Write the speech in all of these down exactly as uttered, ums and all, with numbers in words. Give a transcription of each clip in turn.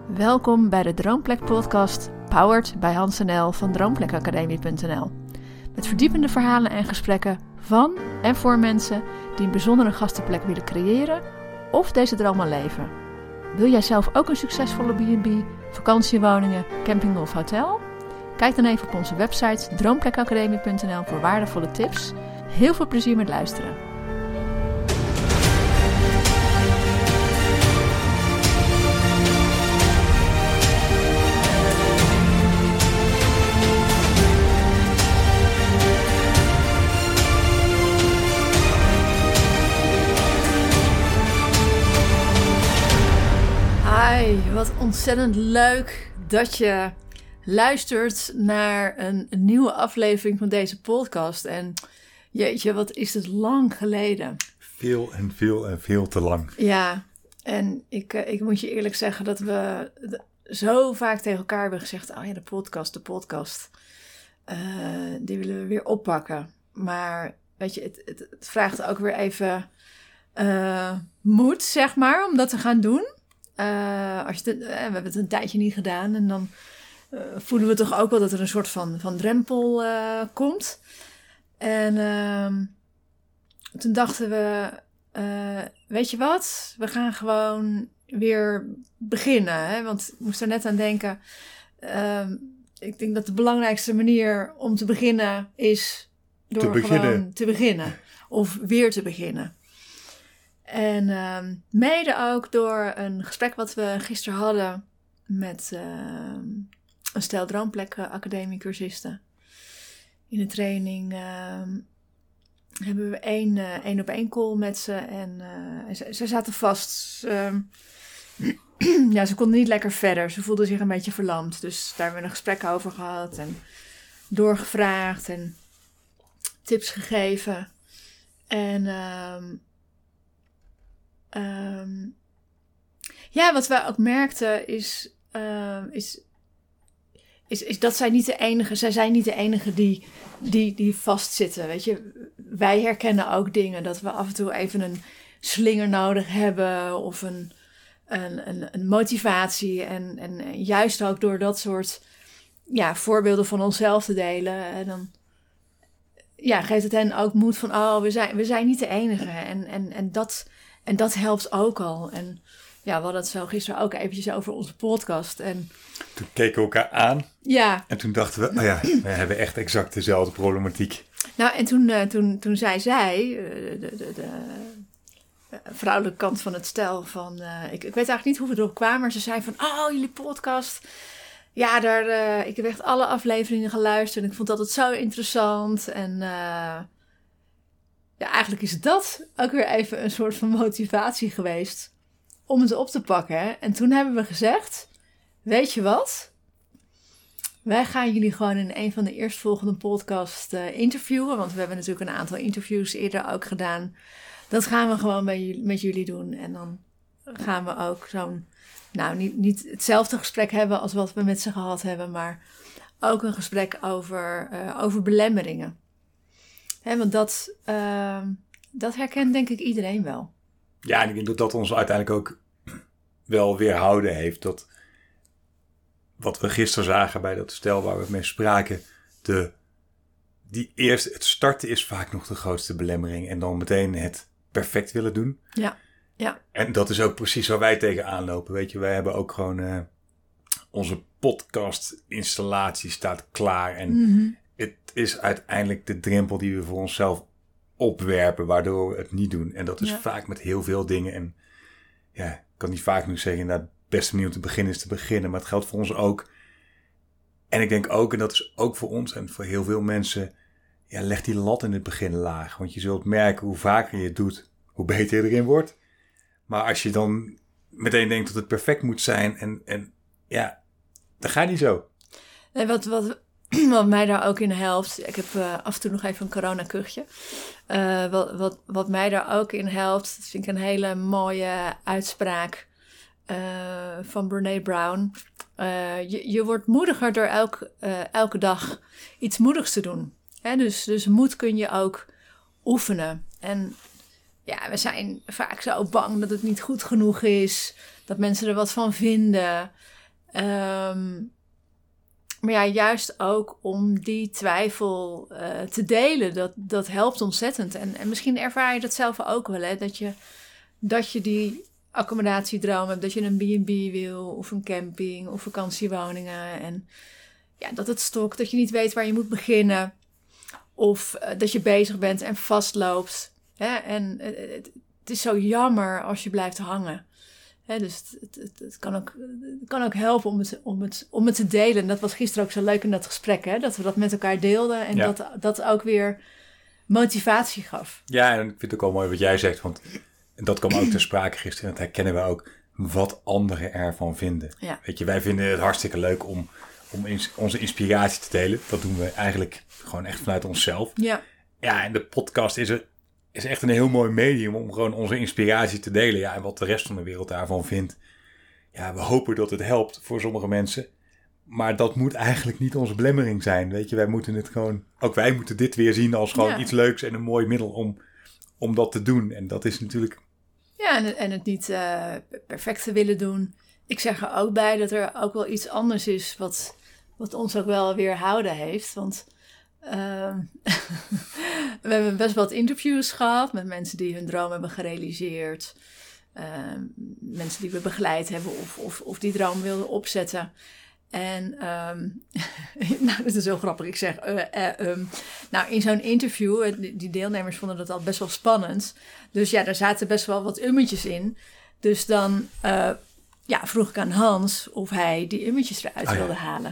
Welkom bij de Droomplek podcast, powered bij Hans en El van droomplekacademie punt n l. Met verdiepende verhalen en gesprekken van en voor mensen die een bijzondere gastenplek willen creëren of deze droom al leven. Wil jij zelf ook een succesvolle B en B, vakantiewoningen, camping of hotel? Kijk dan even op onze website droomplekacademie punt n l voor waardevolle tips. Heel veel plezier met luisteren. Hi, wat ontzettend leuk dat je luistert naar een, een nieuwe aflevering van deze podcast. En jeetje, wat is het lang geleden. Veel en veel en veel te lang. Ja, en ik, ik moet je eerlijk zeggen dat we zo vaak tegen elkaar hebben gezegd, oh ja, de podcast, de podcast, uh, die willen we weer oppakken. Maar weet je, het, het, het vraagt ook weer even uh, moed, zeg maar, om dat te gaan doen. Uh, als je het, uh, we hebben het een tijdje niet gedaan en dan uh, voelen we toch ook wel dat er een soort van, van drempel uh, komt. En uh, toen dachten we, uh, weet je wat, we gaan gewoon weer beginnen. Hè? Want ik moest er net aan denken, uh, ik denk dat de belangrijkste manier om te beginnen is door te beginnen. gewoon te beginnen. Of weer te beginnen. En uh, mede ook door een gesprek wat we gisteren hadden met uh, een stel Droomplek academiecursisten. In de training uh, hebben we één, uh, één op één call met ze en uh, ze, ze zaten vast. Uh, ja, ze konden niet lekker verder. Ze voelden zich een beetje verlamd. Dus daar hebben we een gesprek over gehad en doorgevraagd en tips gegeven. En Uh, Um, ja, wat wij ook merkten is, uh, is, is, is dat zij niet de enige, zij zijn niet de enige die, die, die vastzitten. Weet je, wij herkennen ook dingen dat we af en toe even een slinger nodig hebben of een, een, een, een motivatie. En, en juist ook door dat soort ja, voorbeelden van onszelf te delen, en dan ja, geeft het hen ook moed van, oh, we zijn, we zijn niet de enige. En, en, en dat. En dat helpt ook al. En ja, we hadden het zo gisteren ook eventjes over onze podcast. En toen keken we elkaar aan. Ja. En toen dachten we, oh ja, we hebben echt exact dezelfde problematiek. Nou, en toen, uh, toen, toen zei zij, uh, de, de, de vrouwelijke kant van het stel, van, uh, ik, ik weet eigenlijk niet hoe we erop kwamen, maar ze zei van, oh, jullie podcast. Ja, daar, uh, ik heb echt alle afleveringen geluisterd en ik vond dat het zo interessant. En Uh, ja, eigenlijk is dat ook weer even een soort van motivatie geweest om het op te pakken. Hè? En toen hebben we gezegd, weet je wat? Wij gaan jullie gewoon in een van de eerstvolgende podcasts uh, interviewen. Want we hebben natuurlijk een aantal interviews eerder ook gedaan. Dat gaan we gewoon bij, met jullie doen. En dan gaan we ook zo'n, nou niet, niet hetzelfde gesprek hebben als wat we met ze gehad hebben. Maar ook een gesprek over, uh, over belemmeringen. He, want dat, uh, dat herkent denk ik iedereen wel. Ja, en ik denk dat dat ons uiteindelijk ook wel weerhouden heeft. Dat wat we gisteren zagen bij dat stel waar we mee spraken. De, die eerste, het starten is vaak nog de grootste belemmering. En dan meteen het perfect willen doen. Ja, ja. En dat is ook precies waar wij tegenaan lopen. Weet je, wij hebben ook gewoon Uh, onze podcast installatie staat klaar. En Mm-hmm. Het is uiteindelijk de drempel die we voor onszelf opwerpen, waardoor we het niet doen. En dat is ja. vaak met heel veel dingen. En ja, ik kan niet vaak nog zeggen, nou, de beste manier om te beginnen is te beginnen. Maar het geldt voor ons ook. En ik denk ook, en dat is ook voor ons en voor heel veel mensen, ja, leg die lat in het begin laag. Want je zult merken hoe vaker je het doet, hoe beter je erin wordt. Maar als je dan meteen denkt dat het perfect moet zijn en, en ja, dat gaat niet zo. En wat, wat, wat mij daar ook in helpt, ik heb uh, af en toe nog even een coronakuchje. Uh, wat, wat, wat mij daar ook in helpt, dat vind ik een hele mooie uitspraak uh, van Brené Brown. Uh, je, je wordt moediger door elk, uh, elke dag iets moedigs te doen. Hè? Dus, dus moed kun je ook oefenen. En ja, we zijn vaak zo bang dat het niet goed genoeg is, dat mensen er wat van vinden. Um, maar ja, juist ook om die twijfel uh, te delen, dat, dat helpt ontzettend. En, en misschien ervaar je dat zelf ook wel, hè? Dat je, dat je die accommodatiedroom hebt, dat je een B en B wil, of een camping, of vakantiewoningen. En ja, dat het stokt, dat je niet weet waar je moet beginnen. Of uh, dat je bezig bent en vastloopt. Hè? En uh, het, het is zo jammer als je blijft hangen. Hè? Dus het, het, het, kan ook, het kan ook helpen om het, om, het, om het te delen. En dat was gisteren ook zo leuk in dat gesprek. Hè? Dat we dat met elkaar deelden. En ja. dat, dat ook weer motivatie gaf. Ja, en ik vind het ook wel mooi wat jij zegt. Want dat kwam ook ter sprake gisteren. Dat herkennen we ook wat anderen ervan vinden. Ja. Weet je, wij vinden het hartstikke leuk om... om ins- onze inspiratie te delen. Dat doen we eigenlijk gewoon echt vanuit onszelf. Ja. Ja, en de podcast is, er, is echt een heel mooi medium om gewoon onze inspiratie te delen. Ja, en wat de rest van de wereld daarvan vindt. Ja, we hopen dat het helpt voor sommige mensen. Maar dat moet eigenlijk niet onze belemmering zijn. Weet je, wij moeten het gewoon... Ook wij moeten dit weer zien als gewoon ja. iets leuks en een mooi middel om, om dat te doen. En dat is natuurlijk... Ja, en, en het niet uh, perfect te willen doen. Ik zeg er ook bij dat er ook wel iets anders is wat... Wat ons ook wel weerhouden heeft. Want uh, we hebben best wel wat interviews gehad met mensen die hun droom hebben gerealiseerd. Uh, mensen die we begeleid hebben of, of, of die droom wilden opzetten. En um, nou, dat is heel grappig. Ik zeg, uh, uh, um, nou in zo'n interview, die deelnemers vonden dat al best wel spannend. Dus ja, daar zaten best wel wat ummetjes in. Dus dan uh, ja, vroeg ik aan Hans of hij die ummetjes eruit oh, ja. wilde halen.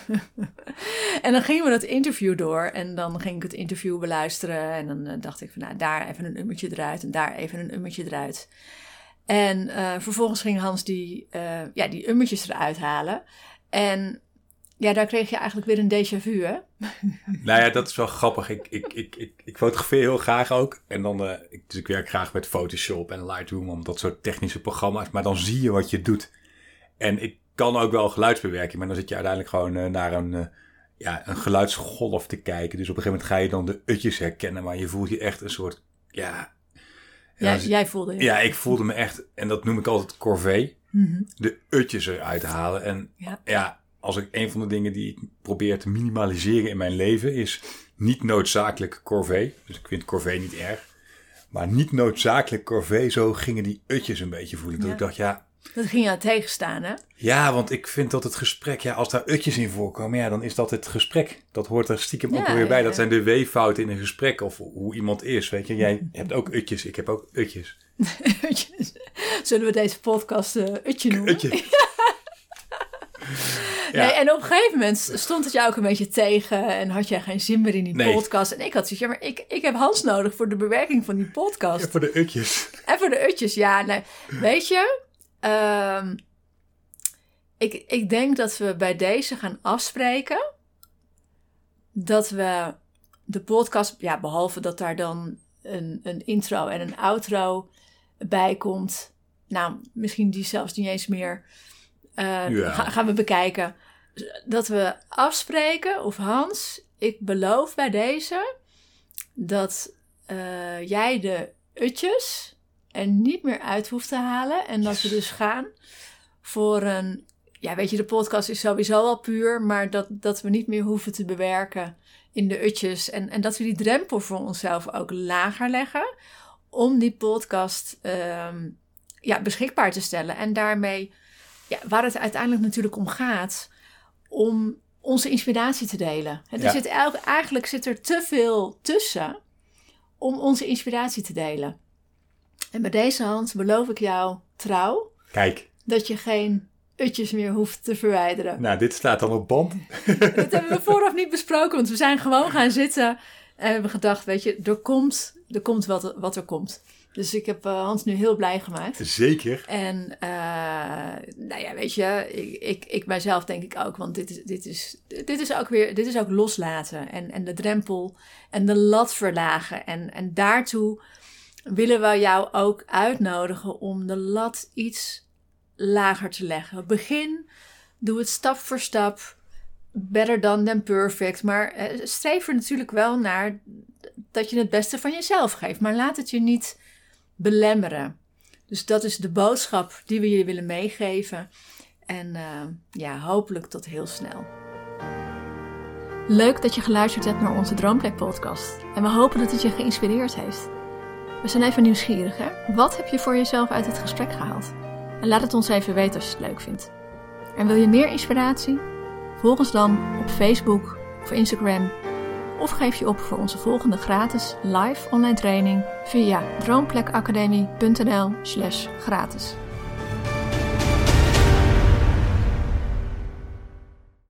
En dan gingen we dat interview door en dan ging ik het interview beluisteren en dan uh, dacht ik van nou daar even een ummetje eruit en daar even een ummetje eruit. En uh, vervolgens ging Hans die, uh, ja, die ummetjes eruit halen en ja, daar kreeg je eigenlijk weer een déjà vu, hè? Nou ja, dat is wel grappig. Ik, ik, ik, ik, ik fotografeer heel graag ook en dan, uh, ik, dus ik werk graag met Photoshop en Lightroom om dat soort technische programma's, maar dan zie je wat je doet. En ik kan ook wel geluidsbewerking, maar dan zit je uiteindelijk gewoon uh, naar een, uh, ja, een geluidsgolf te kijken. Dus op een gegeven moment ga je dan de utjes herkennen, maar je voelt je echt een soort, ja... ja dan, jij voelde je. Ja, ik voelde me echt, en dat noem ik altijd corvée, mm-hmm. de utjes eruit halen. En ja. ja, als ik een van de dingen die ik probeer te minimaliseren in mijn leven is niet noodzakelijk corvée. Dus ik vind corvée niet erg. Maar niet noodzakelijk corvée, zo gingen die utjes een beetje voelen. Ja. Dat ik dacht, ja... Dat ging je aan tegenstaan, hè? Ja, want ik vind dat het gesprek... Ja, als daar utjes in voorkomen, ja, dan is dat het gesprek. Dat hoort er stiekem ja, ook weer bij. Ja, ja. Dat zijn de weeffouten in een gesprek of hoe iemand is, weet je. Jij hebt ook utjes, ik heb ook utjes. Utjes. Zullen we deze podcast uh, utje noemen? Utje. Ja. Nee, en op een gegeven moment stond het jou ook een beetje tegen en had jij geen zin meer in die nee. podcast. En ik had zoiets, ja, maar ik, ik heb Hans nodig voor de bewerking van die podcast. Ja, voor de utjes. En voor de utjes, ja. Nee. Weet je... Um, ik, ik denk dat we bij deze gaan afspreken dat we de podcast, ja, behalve dat daar dan een, een intro en een outro bij komt, nou, misschien die zelfs niet eens meer, uh, ja. ga, gaan we bekijken. Dat we afspreken, of Hans, ik beloof bij deze dat uh, jij de utjes er niet meer uit hoeft te halen. En dat yes. we dus gaan voor een... Ja, weet je, de podcast is sowieso al puur, maar dat, dat we niet meer hoeven te bewerken in de utjes. En, en dat we die drempel voor onszelf ook lager leggen om die podcast um, ja, beschikbaar te stellen. En daarmee, ja, waar het uiteindelijk natuurlijk om gaat, om onze inspiratie te delen. Er ja. zit, eigenlijk zit er te veel tussen om onze inspiratie te delen. En bij deze hand beloof ik jou trouw. Kijk. Dat je geen utjes meer hoeft te verwijderen. Nou, dit staat dan op band. Dat hebben we vooraf niet besproken, want we zijn gewoon gaan zitten en hebben gedacht, weet je, er komt, er komt wat, wat er komt. Dus ik heb uh, Hans nu heel blij gemaakt. Zeker. En uh, nou ja, weet je, ik, ik, ik mijzelf denk ik ook, want dit is, dit is, dit is ook weer, dit is ook loslaten en, en de drempel en de lat verlagen. En, en daartoe willen we jou ook uitnodigen om de lat iets lager te leggen. Begin, doe het stap voor stap. Better done than perfect. Maar uh, streef er natuurlijk wel naar dat je het beste van jezelf geeft. Maar laat het je niet belemmeren. Dus dat is de boodschap die we je willen meegeven. En uh, ja, hopelijk tot heel snel. Leuk dat je geluisterd hebt naar onze Droomplek podcast. En we hopen dat het je geïnspireerd heeft. We zijn even nieuwsgierig, hè? Wat heb je voor jezelf uit het gesprek gehaald? En laat het ons even weten als je het leuk vindt. En wil je meer inspiratie? Volg ons dan op Facebook of Instagram. Of geef je op voor onze volgende gratis live online training via droomplekacademie punt n l slash gratis.